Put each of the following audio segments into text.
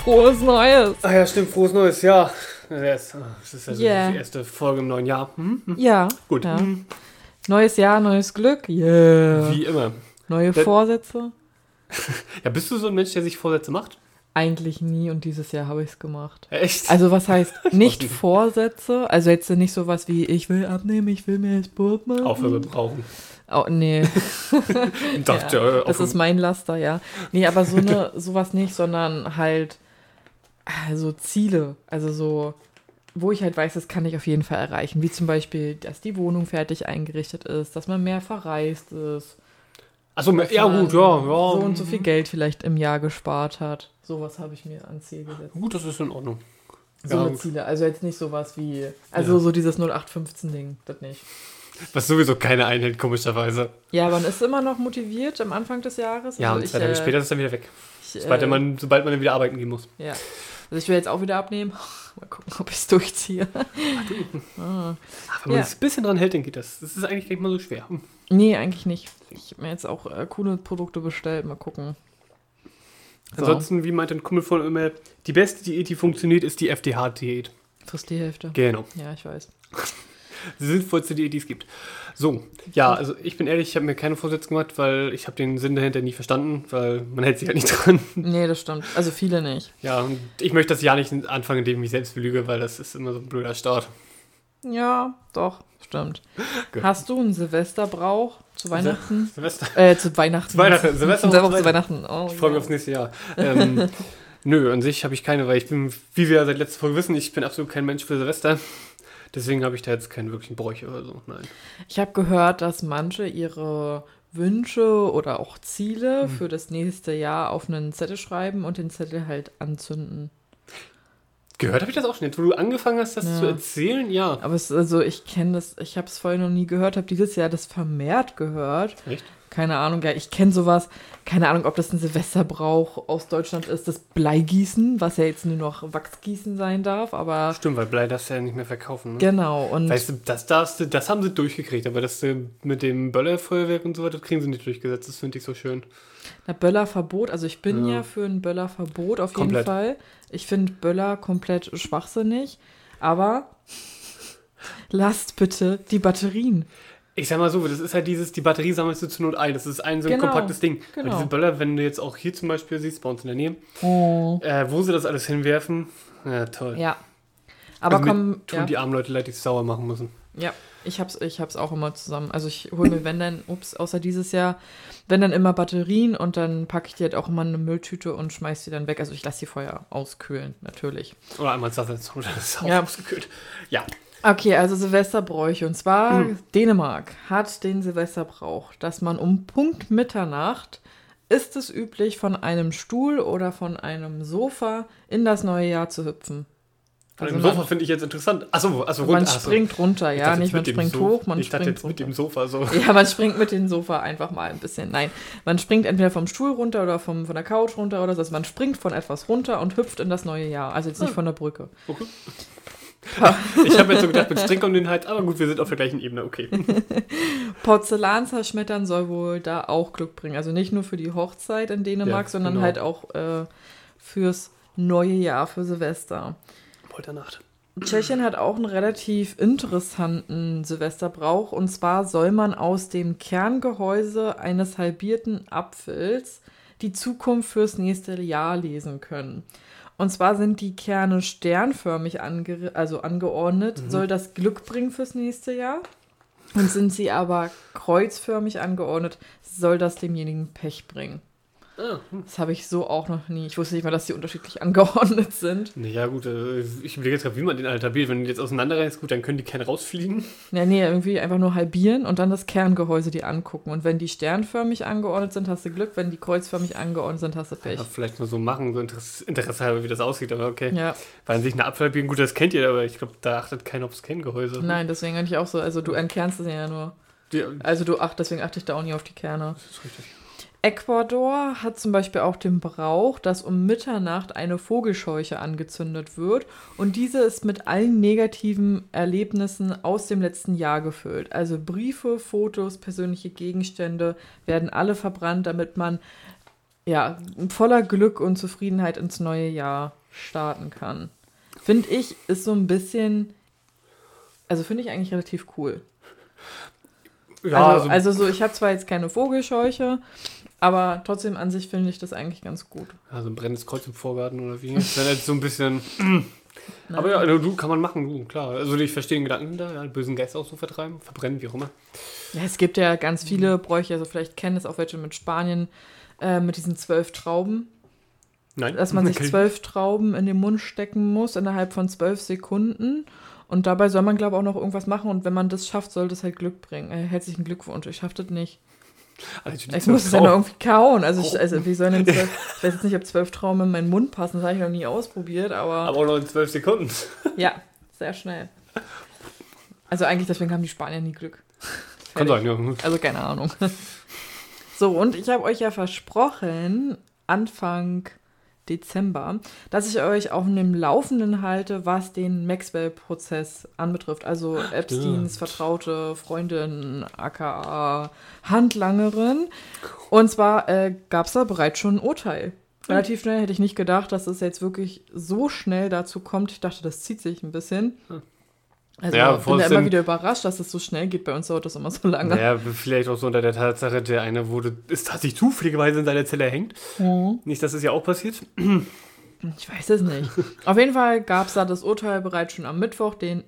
Frohes Neues! Ah ja, stimmt, frohes Neues, ja. Das ist also Yeah. die erste Folge im neuen Jahr. Ja. Gut. Ja. Neues Jahr, neues Glück. Yeah. Wie immer. Neue Vorsätze? Ja, bist du so ein Mensch, der sich Vorsätze macht? Eigentlich nie und dieses Jahr habe ich es gemacht. Echt? Also was heißt nicht nicht. Vorsätze? Also jetzt nicht sowas wie, ich will abnehmen, ich will mehr Sport machen. Aufhören brauchen. Oh, nee. Dachte, Das ist mein Laster, ja. Nee, aber sowas nicht, sondern halt so Ziele. Also so, wo ich halt weiß, das kann ich auf jeden Fall erreichen. Wie zum Beispiel, dass die Wohnung fertig eingerichtet ist, dass man mehr verreist ist. Achso, dass ja man gut, ja. So und so viel Geld vielleicht im Jahr gespart hat. Sowas habe ich mir ans Ziel gesetzt. Gut, das ist in Ordnung. So Ja, eine gut. Ziele. Also jetzt nicht sowas wie, also so dieses 0815-Ding, das nicht. Was sowieso keine einhält, komischerweise. Ja, man ist immer noch motiviert am Anfang des Jahres. Ja, Also und 2 Tage später ist es dann wieder weg. Sobald ich, man dann wieder arbeiten gehen muss. ja. Also ich will jetzt auch wieder abnehmen. Mal gucken, ob ich es durchziehe. Ach, wenn man sich ein bisschen dran hält, dann geht das. Das ist eigentlich gar nicht mal so schwer. Nee, eigentlich nicht. Ich habe mir jetzt auch coole Produkte bestellt. Mal gucken. So. Ansonsten, wie meint ein Kumpel von immer, die beste Diät, die funktioniert, ist die FDH-Diät. Frisst die Hälfte. Genau. Ja, ich weiß. Die sinnvollste Diät, die es gibt. So, ja, also ich bin ehrlich, ich habe mir keine Vorsätze gemacht, weil ich habe den Sinn dahinter nie verstanden, weil man hält sich halt nicht dran. Nee, das stimmt. Also viele nicht. Ja, und ich möchte das Jahr nicht anfangen, indem ich mich selbst belüge, weil das ist immer so ein blöder Start. Ja, doch, stimmt. Gut. Hast du einen Silvesterbrauch zu Weihnachten? Silvester. Zu Weihnachten. Zu Weihnachten. Silvester zu Weihnachten. Oh, Ich freue mich ja. aufs nächste Jahr. Nö, an sich habe ich keine, weil ich bin, wie wir seit letzter Folge wissen, ich bin absolut kein Mensch für Silvester. Deswegen habe ich da jetzt keinen wirklichen Bräuche oder so. Nein. Ich habe gehört, dass manche ihre Wünsche oder auch Ziele für das nächste Jahr auf einen Zettel schreiben und den Zettel halt anzünden. Gehört habe ich das auch schon. Jetzt, wo du angefangen hast, das Ja. zu erzählen, ja. Aber ich kenne das, ich habe es vorher noch nie gehört, habe dieses Jahr das vermehrt gehört. Echt? Keine Ahnung, ja, ich kenne sowas. Keine Ahnung, ob das ein Silvesterbrauch aus Deutschland ist, das Bleigießen, was ja jetzt nur noch Wachsgießen sein darf, aber Stimmt, weil Blei darfst du ja nicht mehr verkaufen. Ne? genau. Und Weißt du, das haben sie durchgekriegt, aber das mit dem Böllerfeuerwerk und so weiter, das kriegen sie nicht durchgesetzt. Das finde ich so schön. Böllerverbot, also ich bin Ja. ja für ein Böllerverbot auf Komplett. jeden Fall. Ich finde Böller komplett schwachsinnig, aber lasst bitte die Batterien. Ich sag mal so, das ist halt die Batterie sammelst du zur Not ein. Das ist ein so ein Genau, kompaktes Ding. genau. Aber diese Böller, wenn du jetzt auch hier zum Beispiel siehst, bei uns in der Nähe, Oh. wo sie das alles hinwerfen, ja toll. Ja. Aber also komm, mir tun ja. die armen Leute leid, die es sauer machen müssen. Ja, ich hab's auch immer zusammen. Also ich hole mir, wenn dann, außer dieses Jahr, wenn dann immer Batterien und dann packe ich die halt auch immer in eine Mülltüte und schmeiß die dann weg. Also ich lasse die vorher auskühlen, natürlich. Oder einmal das oder das ist auch Ja. ausgekühlt. Ja. Okay, also Silvesterbräuche. Und zwar Dänemark hat den Silvesterbrauch, dass man um Punkt Mitternacht ist es üblich, von einem Stuhl oder von einem Sofa in das neue Jahr zu hüpfen. Von Also dem Sofa finde ich jetzt interessant. Achso, man springt runter, Ich ja, dachte nicht jetzt man mit dem springt Sofa. hoch, man Ich dachte springt jetzt mit runter. dem Sofa so. Ja, man springt mit dem Sofa einfach mal ein bisschen. Nein, man springt entweder vom Stuhl runter oder von der Couch runter oder so. Also man springt von etwas runter und hüpft in das neue Jahr. Also jetzt nicht von der Brücke. Okay. Ich habe jetzt so gedacht, mit Strick um den Hals, aber gut, wir sind auf der gleichen Ebene, okay. Porzellan zerschmettern soll wohl da auch Glück bringen. Also nicht nur für die Hochzeit in Dänemark, Ja, sondern genau. halt auch fürs neue Jahr, für Silvester. Polternacht. Tschechien hat auch einen relativ interessanten Silvesterbrauch. Und zwar soll man aus dem Kerngehäuse eines halbierten Apfels die Zukunft fürs nächste Jahr lesen können. Und zwar sind die Kerne sternförmig angeordnet, soll das Glück bringen fürs nächste Jahr. Und sind sie aber kreuzförmig angeordnet, soll das demjenigen Pech bringen. Ah, Das habe ich so auch noch nie. Ich wusste nicht mal, dass die unterschiedlich angeordnet sind. ja gut, ich überlege jetzt gerade, wie man den halbiert. Wenn du jetzt auseinanderreißt, gut, dann können die Kerne rausfliegen. Ja, nee, irgendwie einfach nur halbieren und dann das Kerngehäuse die angucken. Und wenn die sternförmig angeordnet sind, hast du Glück. Wenn die kreuzförmig angeordnet sind, hast du Pech. Ja, vielleicht mal so machen, so Interesse halber, wie das aussieht, aber okay. Ja, Weil an sich eine Apfelhalbierung, gut, das kennt ihr, aber ich glaube, da achtet keiner aufs Kerngehäuse. nein, deswegen eigentlich ich auch so. Also du entkernst es ja nur. Ja, Also deswegen achte ich da auch nie auf die Kerne. das ist richtig. Ecuador hat zum Beispiel auch den Brauch, dass um Mitternacht eine Vogelscheuche angezündet wird und diese ist mit allen negativen Erlebnissen aus dem letzten Jahr gefüllt. Also Briefe, Fotos, persönliche Gegenstände werden alle verbrannt, damit man ja, voller Glück und Zufriedenheit ins neue Jahr starten kann. Finde ich, ist so ein bisschen, also finde ich eigentlich relativ cool. Ja, also so, ich habe zwar jetzt keine Vogelscheuche, aber trotzdem an sich finde ich das eigentlich ganz gut. Also ein brennendes Kreuz im Vorgarten oder wie? Das wäre jetzt so ein bisschen. Aber ja, also, kann man machen, klar. Also ich verstehe den Gedanken da, ja, bösen Geister auch so vertreiben, verbrennen, wie auch immer. Ja, es gibt ja ganz viele Bräuche, also vielleicht kennen es auch welche mit Spanien, mit diesen 12 Trauben. Nein. Dass man sich 12 Trauben in den Mund stecken muss, innerhalb von 12 Sekunden. Und dabei soll man, glaube ich, auch noch irgendwas machen. Und wenn man das schafft, soll das halt Glück bringen. Herzlichen Glückwunsch, ich schaffe das nicht. Also Ich muss es ja noch irgendwie kauen. Also wie sollen denn 12, ich weiß jetzt nicht, ob 12 Trauben in meinen Mund passen, das habe ich noch nie ausprobiert, aber auch noch in 12 Sekunden. ja, sehr schnell. Also eigentlich, deswegen haben die Spanier nie Glück. Kann sein, ja. Also keine Ahnung. So, und ich habe euch ja versprochen, Anfang Dezember, dass ich euch auf dem Laufenden halte, was den Maxwell-Prozess anbetrifft. Also Epsteins vertraute Freundin, aka Handlangerin. Und zwar gab es da bereits schon ein Urteil. Relativ schnell, hätte ich nicht gedacht, dass es jetzt wirklich so schnell dazu kommt. Ich dachte, das zieht sich ein bisschen. Also ja, ich bin ja immer wieder überrascht, dass es so schnell geht. Bei uns dauert das immer so lange. Ja, vielleicht auch so unter der Tatsache, der eine ist tatsächlich zufälligerweise in seiner Zelle hängt. Nicht, dass es ja auch passiert. Ich weiß es nicht. Auf jeden Fall gab es da das Urteil bereits schon am Mittwoch, den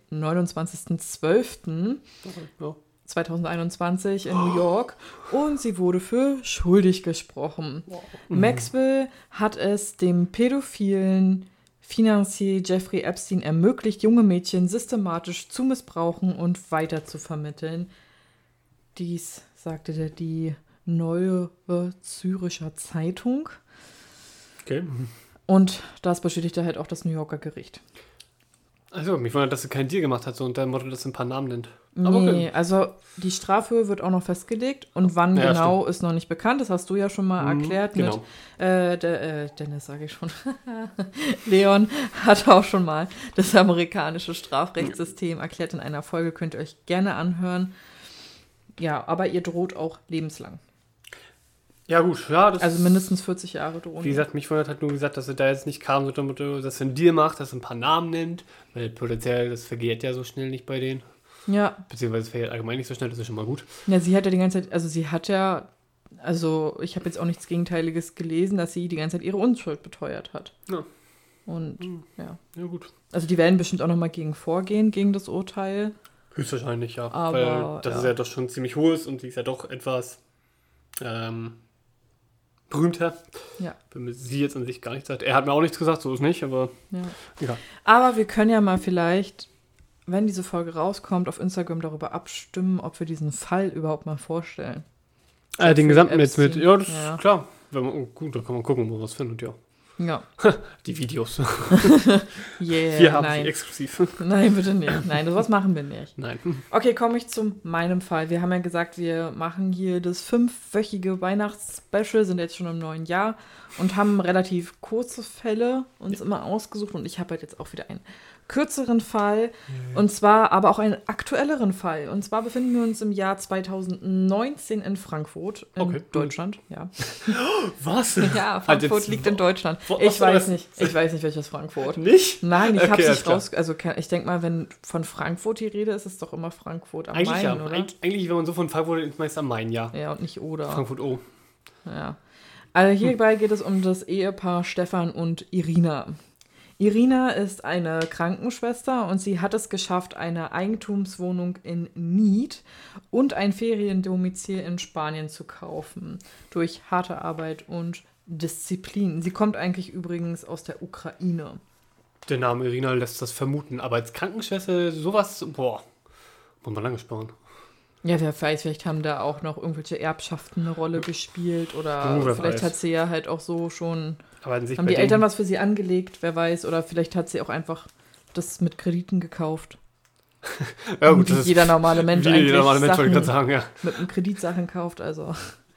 29.12.2021 in New York. Und sie wurde für schuldig gesprochen. Maxwell hat es dem pädophilen Finanzier Jeffrey Epstein ermöglicht, junge Mädchen systematisch zu missbrauchen und weiter zu vermitteln. Dies sagte die Neue Züricher Zeitung. Okay. Und das bestätigte halt auch das New Yorker Gericht. Also, mich wundert, dass sie keinen Deal gemacht hat, so unter dem Motto, dass sie ein paar Namen nennt. Aber nee, also die Strafe wird auch noch festgelegt und wann genau ist noch nicht bekannt. Das hast du ja schon mal erklärt. Genau. Mit Dennis, sage ich schon. Leon hat auch schon mal das amerikanische Strafrechtssystem erklärt in einer Folge. Könnt ihr euch gerne anhören. Ja, aber ihr droht auch lebenslang. Ja, gut. Ja, das also mindestens 40 Jahre drohen. Wie gesagt, mich wundert halt nur gesagt, dass sie da jetzt nicht kam, so dass sie einen Deal macht, dass sie ein paar Namen nennt, weil potenziell, das vergeht ja so schnell nicht bei denen. Ja. Beziehungsweise es vergeht allgemein nicht so schnell, das ist schon mal gut. Ja, sie hat ja die ganze Zeit, ich habe jetzt auch nichts Gegenteiliges gelesen, dass sie die ganze Zeit ihre Unschuld beteuert hat. Ja. Und, ja. Ja, gut. Also die werden bestimmt auch nochmal gegen vorgehen, gegen das Urteil. Höchstwahrscheinlich, ja. Aber, weil das ist ja doch schon ziemlich hohes und sie ist ja doch etwas, berühmter. Ja. Wenn sie jetzt an sich gar nichts sagt. Er hat mir auch nichts gesagt, so ist nicht, aber ja. Aber wir können ja mal vielleicht, wenn diese Folge rauskommt, auf Instagram darüber abstimmen, ob wir diesen Fall überhaupt mal vorstellen. Den gesamten jetzt mit, ja, das ja. ist klar. Gut, da kann man gucken, wo man was findet, ja. Ja. Die Videos. Yeah, wir haben sie exklusiv. Nein, bitte nicht. Nein, sowas machen wir nicht. Nein. Okay, komme ich zu meinem Fall. Wir haben ja gesagt, wir machen hier das 5-wöchige Weihnachtsspecial, sind jetzt schon im neuen Jahr und haben relativ kurze Fälle uns immer ausgesucht. Und ich habe halt jetzt auch wieder einen kürzeren Fall und zwar aber auch einen aktuelleren Fall. Und zwar befinden wir uns im Jahr 2019 in Frankfurt, in Deutschland. Ja. Was? Ja, Frankfurt liegt in Deutschland. Ich weiß nicht, welches Frankfurt. Nicht? Nein, ich habe es nicht raus. Also ich denke mal, wenn von Frankfurt die Rede ist, ist es doch immer Frankfurt am Main, oder? Eigentlich, wenn man so von Frankfurt ist, meist am Main, ja. Ja, und nicht oder. Frankfurt O. Ja. Also hierbei geht es um das Ehepaar Stefan und Irina. Irina ist eine Krankenschwester und sie hat es geschafft, eine Eigentumswohnung in Nied und ein Feriendomizil in Spanien zu kaufen. Durch harte Arbeit und Disziplin. Sie kommt eigentlich übrigens aus der Ukraine. Der Name Irina lässt das vermuten, aber als Krankenschwester sowas, muss man lange sparen. Ja, wer weiß, vielleicht haben da auch noch irgendwelche Erbschaften eine Rolle gespielt oder vielleicht hat sie ja halt auch so schon, haben die Eltern was für sie angelegt, wer weiß, oder vielleicht hat sie auch einfach das mit Krediten gekauft. Ja gut, das ist jeder normale Mensch eigentlich jeder normale Mensch, wollte ich gerade sagen, ja. Mit einem Kreditsachen kauft, also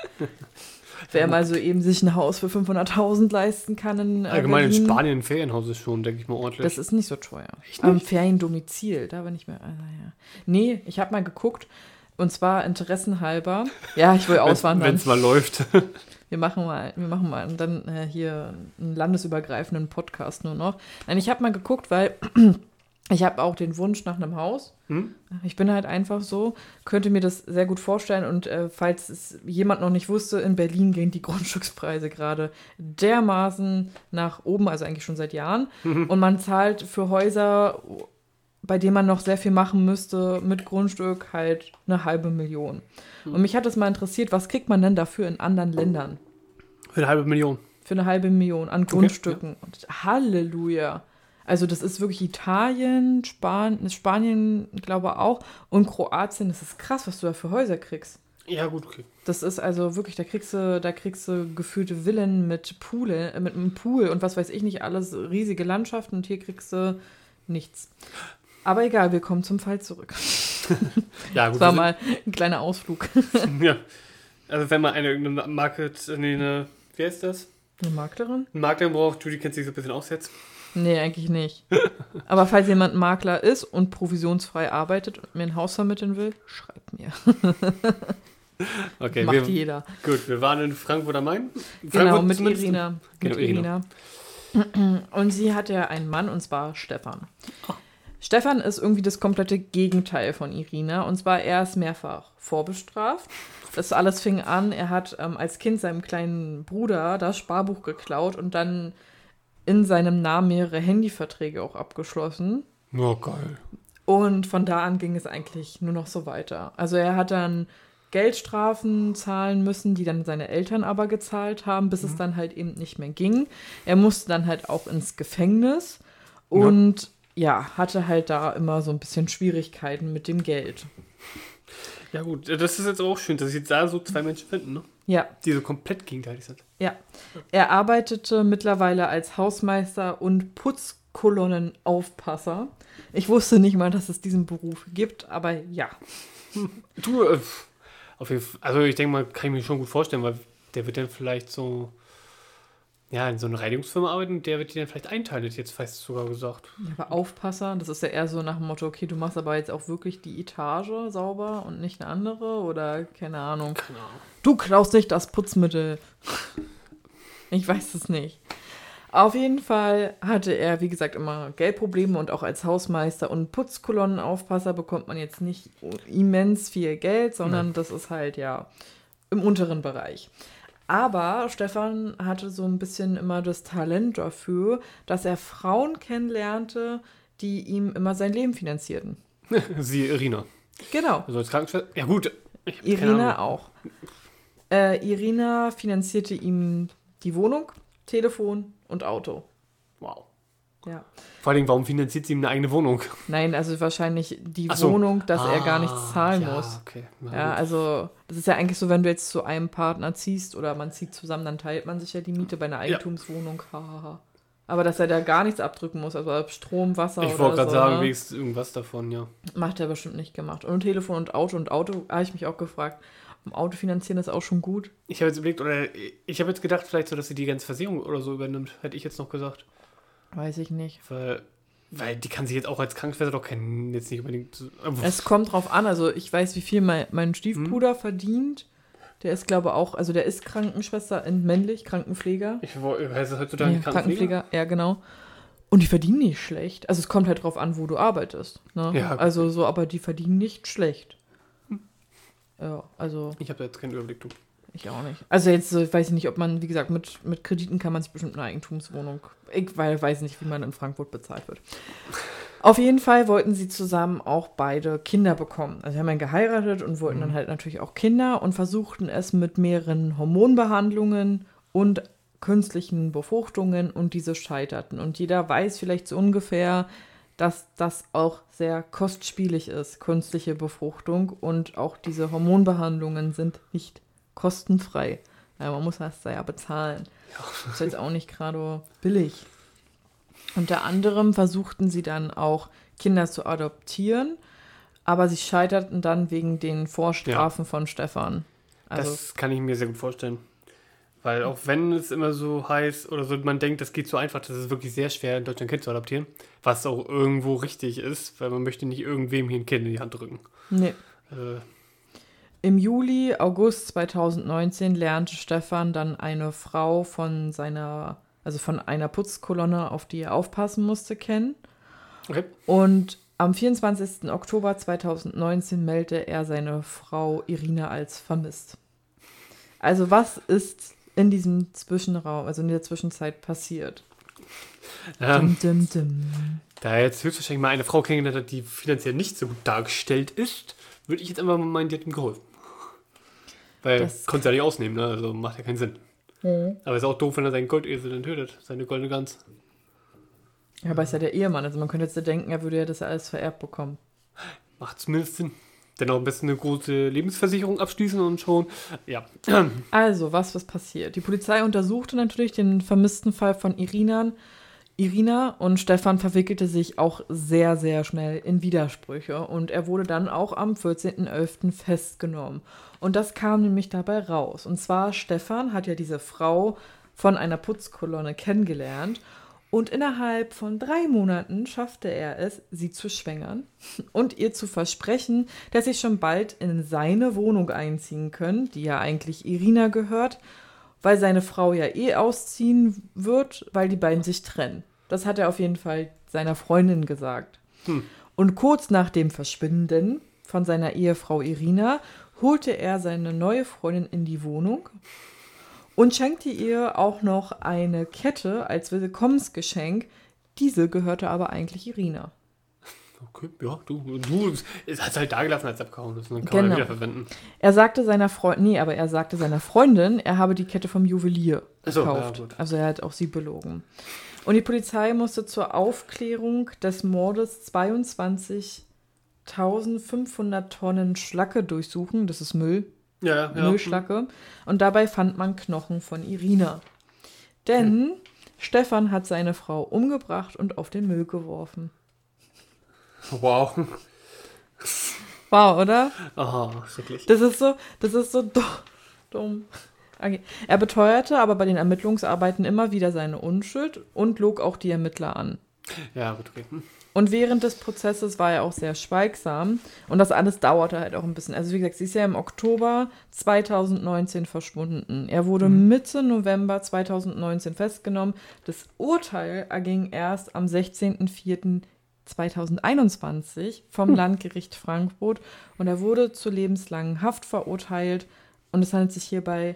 wer mal so eben sich ein Haus für 500.000 leisten kann in allgemein Berlin. In Spanien ein Ferienhaus ist schon, denke ich mal, ordentlich. Das ist nicht so teuer. Echt nicht? Am Feriendomizil, da bin ich mir, Nee, ich habe mal geguckt, und zwar interessenhalber. Ja, ich will auswandern. Wenn es mal läuft. Wir machen mal dann hier einen landesübergreifenden Podcast nur noch. Nein, ich habe mal geguckt, weil ich habe auch den Wunsch nach einem Haus. Ich bin halt einfach so, könnte mir das sehr gut vorstellen. Und falls es jemand noch nicht wusste, in Berlin gehen die Grundstückspreise gerade dermaßen nach oben, also eigentlich schon seit Jahren. Und man zahlt für Häuser, bei denen man noch sehr viel machen müsste, mit Grundstück halt 500.000. Und mich hat das mal interessiert, was kriegt man denn dafür in anderen Ländern? Für 500.000. Für 500.000 an Grundstücken. Okay, ja. Und Halleluja. Also das ist wirklich Italien, Spanien, glaube auch, und Kroatien. Das ist krass, was du da für Häuser kriegst. Ja, gut, okay. Das ist also wirklich, da kriegst du gefühlte Villen mit einem Pool und was weiß ich nicht alles, riesige Landschaften, und hier kriegst du nichts. Aber egal, wir kommen zum Fall zurück. Ja, gut. Das war mal ein kleiner Ausflug. Ja. Also wenn man eine wie heißt das? Eine Maklerin? Eine Maklerin braucht, Judy kennt sich so ein bisschen aus jetzt. Nee, eigentlich nicht. Aber falls jemand Makler ist und provisionsfrei arbeitet und mir ein Haus vermitteln will, schreibt mir. Okay, macht jeder. Gut, wir waren in Frankfurt am Main. Genau, mit Irina. Genau, Irina. Und sie hat ja einen Mann, und zwar Stefan. Oh. Stefan ist irgendwie das komplette Gegenteil von Irina. Und zwar, er ist mehrfach vorbestraft. Das alles fing an, er hat als Kind seinem kleinen Bruder das Sparbuch geklaut und dann in seinem Namen mehrere Handyverträge auch abgeschlossen. Oh, geil. Und von da an ging es eigentlich nur noch so weiter. Also er hat dann Geldstrafen zahlen müssen, die dann seine Eltern aber gezahlt haben, bis es dann halt eben nicht mehr ging. Er musste dann halt auch ins Gefängnis und hatte halt da immer so ein bisschen Schwierigkeiten mit dem Geld. Ja gut, das ist jetzt auch schön, dass sich da so zwei Menschen finden, ne? Ja. Die so komplett gegenteilig sind. Ja. Er arbeitete mittlerweile als Hausmeister und Putzkolonnenaufpasser. Ich wusste nicht mal, dass es diesen Beruf gibt, aber ja. Du, auf jeden Fall, also ich denke mal, kann ich mir schon gut vorstellen, weil der wird dann vielleicht so, in so einer Reinigungsfirma arbeiten und der wird die dann vielleicht einteilen, hätte ich jetzt fast sogar gesagt. Ja, aber Aufpasser, das ist ja eher so nach dem Motto, okay, du machst aber jetzt auch wirklich die Etage sauber und nicht eine andere oder keine Ahnung. Keine Ahnung. Du klaust nicht das Putzmittel. Ich weiß es nicht. Auf jeden Fall hatte er, wie gesagt, immer Geldprobleme und auch als Hausmeister und Putzkolonnenaufpasser bekommt man jetzt nicht immens viel Geld, sondern das ist halt im unteren Bereich. Aber Stefan hatte so ein bisschen immer das Talent dafür, dass er Frauen kennenlernte, die ihm immer sein Leben finanzierten. Sie, Irina. Genau. Also als Krankenschwester. Ja gut. Irina auch. Irina finanzierte ihm die Wohnung, Telefon und Auto. Wow. Ja. Vor allem, warum finanziert sie ihm eine eigene Wohnung? Nein, also wahrscheinlich die Wohnung, dass er gar nichts zahlen muss. Okay. Ja, also das ist ja eigentlich so, wenn du jetzt zu einem Partner ziehst oder man zieht zusammen, dann teilt man sich ja die Miete bei einer Eigentumswohnung. Aber dass er da gar nichts abdrücken muss, also Strom, Wasser oder so. Ich wollte gerade sagen, wenigstens irgendwas davon, ja. Macht er bestimmt nicht gemacht. Und Telefon und Auto habe ich mich auch gefragt, Auto finanzieren ist auch schon gut. Ich habe jetzt überlegt, ich habe jetzt gedacht, vielleicht so, dass sie die ganze Versicherung oder so übernimmt, hätte ich jetzt noch gesagt. Weiß ich nicht. Weil die kann sich jetzt auch als Krankenschwester doch kennen, jetzt nicht unbedingt. Es kommt drauf an, also ich weiß, wie viel mein Stiefbruder verdient. Der ist, glaube ich, auch, also der ist Krankenschwester, männlich, Krankenpfleger. Heißt das heutzutage Krankenpfleger? Ja, genau. Und die verdienen nicht schlecht. Also es kommt halt drauf an, wo du arbeitest. Ne? Ja, also so, aber die verdienen nicht schlecht. Ja, also. Ich habe da jetzt keinen Überblick, du. Ich auch nicht. Also jetzt weiß ich nicht, ob man, wie gesagt, mit Krediten kann man sich bestimmt eine Eigentumswohnung, ich weiß nicht, wie man in Frankfurt bezahlt wird. Auf jeden Fall wollten sie zusammen auch beide Kinder bekommen. Also sie haben dann geheiratet und wollten dann halt natürlich auch Kinder und versuchten es mit mehreren Hormonbehandlungen und künstlichen Befruchtungen und diese scheiterten. Und jeder weiß vielleicht so ungefähr, dass das auch sehr kostspielig ist, künstliche Befruchtung, und auch diese Hormonbehandlungen sind nicht kostenfrei. Ja, man muss das ja bezahlen. Das ist jetzt auch nicht gerade billig. Unter anderem versuchten sie dann auch, Kinder zu adoptieren, aber sie scheiterten dann wegen den Vorstrafen von Stefan. Also, das kann ich mir sehr gut vorstellen. Weil auch wenn es immer so heißt oder so, man denkt, das geht so einfach, das ist wirklich sehr schwer, in Deutschland ein Kind zu adoptieren. Was auch irgendwo richtig ist, weil man möchte nicht irgendwem hier ein Kind in die Hand drücken. Nee. Im Juli, August 2019 lernte Stefan dann eine Frau von einer Putzkolonne, auf die er aufpassen musste, kennen. Okay. Und am 24. Oktober 2019 meldete er seine Frau Irina als vermisst. Also was ist in diesem Zwischenraum, also in der Zwischenzeit passiert? Da er jetzt höchstwahrscheinlich mal eine Frau kennengelernt hat, die finanziell nicht so gut dargestellt ist, würde ich jetzt einfach mal meinen, die hat ihm geholfen. Weil, konnte ja nicht ausnehmen, ne? Also macht ja keinen Sinn. Aber ist auch doof, wenn er seinen Goldesel dann tötet, seine goldene Gans. Ja, aber ist ja der Ehemann, also man könnte jetzt denken, er würde ja das alles vererbt bekommen. Macht zumindest Sinn. Dennoch am besten eine große Lebensversicherung abschließen und schon, ja. Also, was passiert? Die Polizei untersuchte natürlich den vermissten Fall von Irina und Stefan verwickelte sich auch sehr, sehr schnell in Widersprüche und er wurde dann auch am 14.11. festgenommen. Und das kam nämlich dabei raus. Und zwar, Stefan hat ja diese Frau von einer Putzkolonne kennengelernt und innerhalb von 3 Monaten schaffte er es, sie zu schwängern und ihr zu versprechen, dass sie schon bald in seine Wohnung einziehen können, die ja eigentlich Irina gehört, weil seine Frau ja ausziehen wird, weil die beiden sich trennen. Das hat er auf jeden Fall seiner Freundin gesagt. Und kurz nach dem Verschwinden von seiner Ehefrau Irina holte er seine neue Freundin in die Wohnung und schenkte ihr auch noch eine Kette als Willkommensgeschenk. Diese gehörte aber eigentlich Irina. Okay, ja, du hast halt da gelassen als abgehauen ist, dann kann man wieder verwenden. Er sagte seiner Freundin, er habe die Kette vom Juwelier gekauft. Ja, also er hat auch sie belogen. Und die Polizei musste zur Aufklärung des Mordes 22.500 Tonnen Schlacke durchsuchen. Das ist Müll. Ja. Müllschlacke. Und dabei fand man Knochen von Irina. Denn Stefan hat seine Frau umgebracht und auf den Müll geworfen. Wow. Wow, oder? Oh, schrecklich. Das ist so dumm. Okay. Er beteuerte aber bei den Ermittlungsarbeiten immer wieder seine Unschuld und log auch die Ermittler an. Ja, gut, okay. Und während des Prozesses war er auch sehr schweigsam und das alles dauerte halt auch ein bisschen. Also wie gesagt, sie ist ja im Oktober 2019 verschwunden. Er wurde Mitte November 2019 festgenommen. Das Urteil erging erst am 16.04.2021 vom Landgericht Frankfurt und er wurde zur lebenslangen Haft verurteilt und es handelt sich hierbei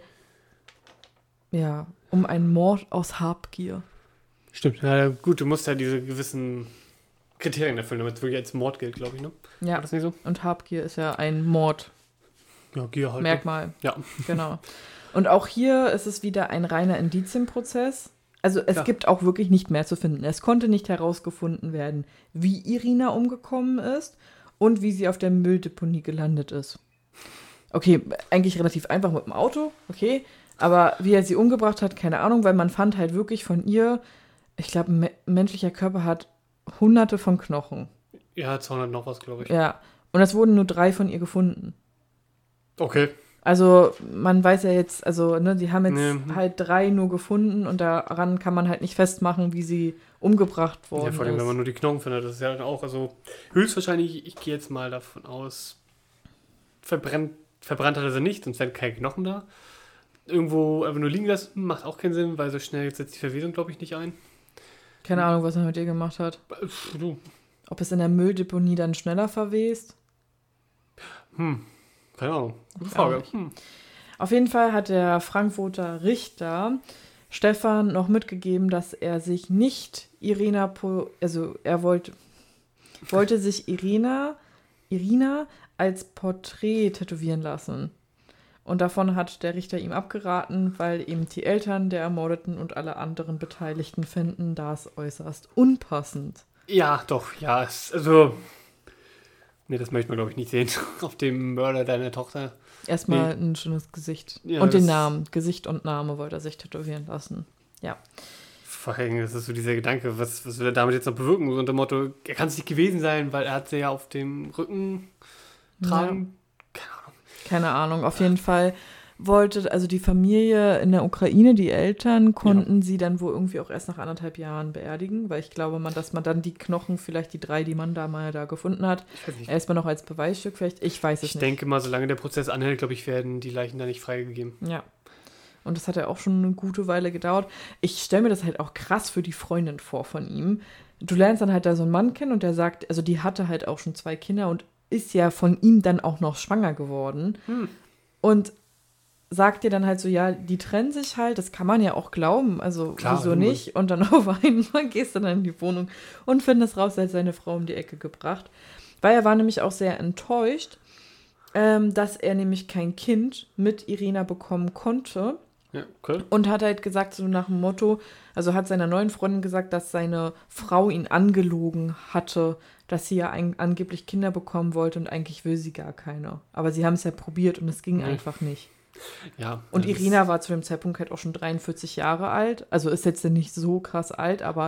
um einen Mord aus Habgier. Stimmt, ja gut, du musst ja diese gewissen Kriterien erfüllen, damit es wirklich als Mord gilt, glaube ich, ne? Ja, war das nicht so? Und Habgier ist ja ein Mord. Ja, Gier halt. Merkmal. Ja. Genau. Und auch hier ist es wieder ein reiner Indizienprozess. Also es gibt auch wirklich nicht mehr zu finden. Es konnte nicht herausgefunden werden, wie Irina umgekommen ist und wie sie auf der Mülldeponie gelandet ist. Okay, eigentlich relativ einfach mit dem Auto, okay. Aber wie er sie umgebracht hat, keine Ahnung, weil man fand halt wirklich von ihr, ich glaube, ein menschlicher Körper hat Hunderte von Knochen. Ja, 200 noch was, glaube ich. Ja, und es wurden nur 3 von ihr gefunden. Okay. Also man weiß ja jetzt, also ne, die haben jetzt halt 3 nur gefunden und daran kann man halt nicht festmachen, wie sie umgebracht worden ist. Ja, vor allem, wenn man nur die Knochen findet, das ist ja auch, also höchstwahrscheinlich, ich gehe jetzt mal davon aus, verbrannt hat er sie nicht, sonst wären keine Knochen da. Irgendwo einfach nur liegen lassen, macht auch keinen Sinn, weil so schnell setzt die Verwesung, glaube ich, nicht ein. Keine Ahnung, was er mit ihr gemacht hat. Du. Ob es in der Mülldeponie dann schneller verwest? Keine Ahnung. Gute Frage. Auf jeden Fall hat der Frankfurter Richter Stefan noch mitgegeben, dass er sich nicht er wollte sich Irina als Porträt tätowieren lassen. Und davon hat der Richter ihm abgeraten, weil eben die Eltern der Ermordeten und alle anderen Beteiligten finden das äußerst unpassend. Ja, doch, ja. Das möchte man, glaube ich, nicht sehen. Auf dem Mörder deiner Tochter. Erstmal ein schönes Gesicht. Ja, und den Namen. Gesicht und Name wollte er sich tätowieren lassen. Ja. Vor allem, das ist so dieser Gedanke, was will er damit jetzt noch bewirken? So unter dem Motto, er kann es nicht gewesen sein, weil er hat sie ja auf dem Rücken tragen. Ja. Keine Ahnung. Auf jeden Fall wollte, also die Familie in der Ukraine, die Eltern, konnten sie dann wohl irgendwie auch erst nach 1,5 Jahren beerdigen, weil ich glaube, dass man dann die Knochen, vielleicht die 3, die man da mal gefunden hat, erstmal noch als Beweisstück vielleicht, ich weiß es nicht. Ich denke mal, solange der Prozess anhält, glaube ich, werden die Leichen da nicht freigegeben. Ja. Und das hat ja auch schon eine gute Weile gedauert. Ich stelle mir das halt auch krass für die Freundin vor von ihm. Du lernst dann halt da so einen Mann kennen und der sagt, also die hatte halt auch schon 2 Kinder und ist ja von ihm dann auch noch schwanger geworden. Und sagt dir dann halt so, ja, die trennen sich halt, das kann man ja auch glauben, also klar, wieso nicht? Und dann auf einmal gehst du dann in die Wohnung und findest raus, er hat seine Frau um die Ecke gebracht. Weil er war nämlich auch sehr enttäuscht, dass er nämlich kein Kind mit Irina bekommen konnte. Ja, okay. Und hat halt gesagt, so nach dem Motto, also hat seiner neuen Freundin gesagt, dass seine Frau ihn angelogen hatte, dass sie ja angeblich Kinder bekommen wollte und eigentlich will sie gar keine. Aber sie haben es ja probiert und es ging einfach nicht. Ja. Und Irina war zu dem Zeitpunkt halt auch schon 43 Jahre alt. Also ist jetzt nicht so krass alt, aber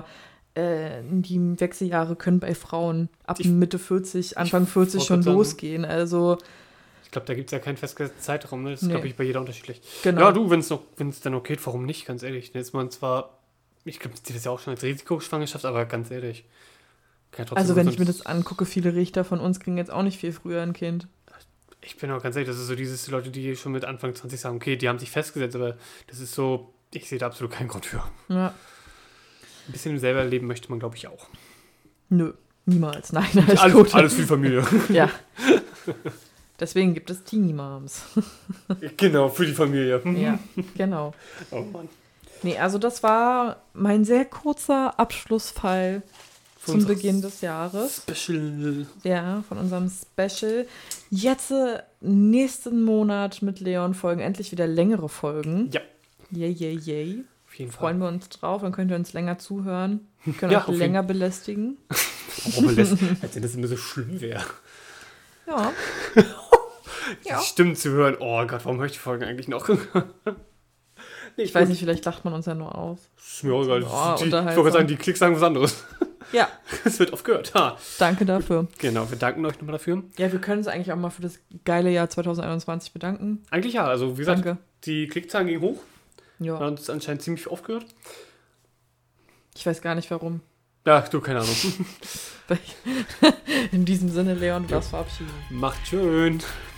die Wechseljahre können bei Frauen ab Mitte 40, Anfang 40 schon losgehen. Also ich glaube, da gibt es ja keinen festgesetzten Zeitraum. Ne? Das ist, glaube ich, bei jeder unterschiedlich. Genau. Ja, du, wenn es dann okay geht, warum nicht? Ganz ehrlich. Jetzt man zwar, ich glaube, das ist ja auch schon als Risikoschwangerschaft, aber ganz ehrlich. Also wenn ich mir das angucke, viele Richter von uns kriegen jetzt auch nicht viel früher ein Kind. Ich bin auch ganz ehrlich, das ist so diese Leute, die schon mit Anfang 20 sagen, okay, die haben sich festgesetzt, aber das ist so, ich sehe da absolut keinen Grund für. Ja. Ein bisschen selber leben möchte man, glaube ich, auch. Nö, niemals. Nein, alles für die Familie. Ja. Deswegen gibt es Teenie Moms. Genau, für die Familie. Ja, genau. Oh Mann. Nee, also das war mein sehr kurzer Abschlussfall zum Beginn des Jahres. Special. Ja, von unserem Special. Jetzt nächsten Monat mit Leon folgen endlich wieder längere Folgen. Ja. Yay. Auf jeden Fall. Freuen wir uns drauf, dann könnt ihr uns länger zuhören. Wir können euch länger belästigen. Als wenn das immer so schlimm wäre. Ja. Die Stimmen zu hören. Oh Gott, warum höre ich die Folgen eigentlich noch? Ich weiß nicht, vielleicht lacht man uns ja nur aus. Ist mir auch egal. Ich wollte sagen, die Klicks sagen was anderes. Ja. Es wird oft gehört. Ha. Danke dafür. Genau, wir danken euch nochmal dafür. Ja, wir können uns eigentlich auch mal für das geile Jahr 2021 bedanken. Eigentlich ja, also wie gesagt, die Klickzahlen gingen hoch. Ja. Wir haben uns anscheinend ziemlich oft gehört. Ich weiß gar nicht, warum. Ja, du, keine Ahnung. In diesem Sinne, Leon, du darfst verabschieden. Macht schön.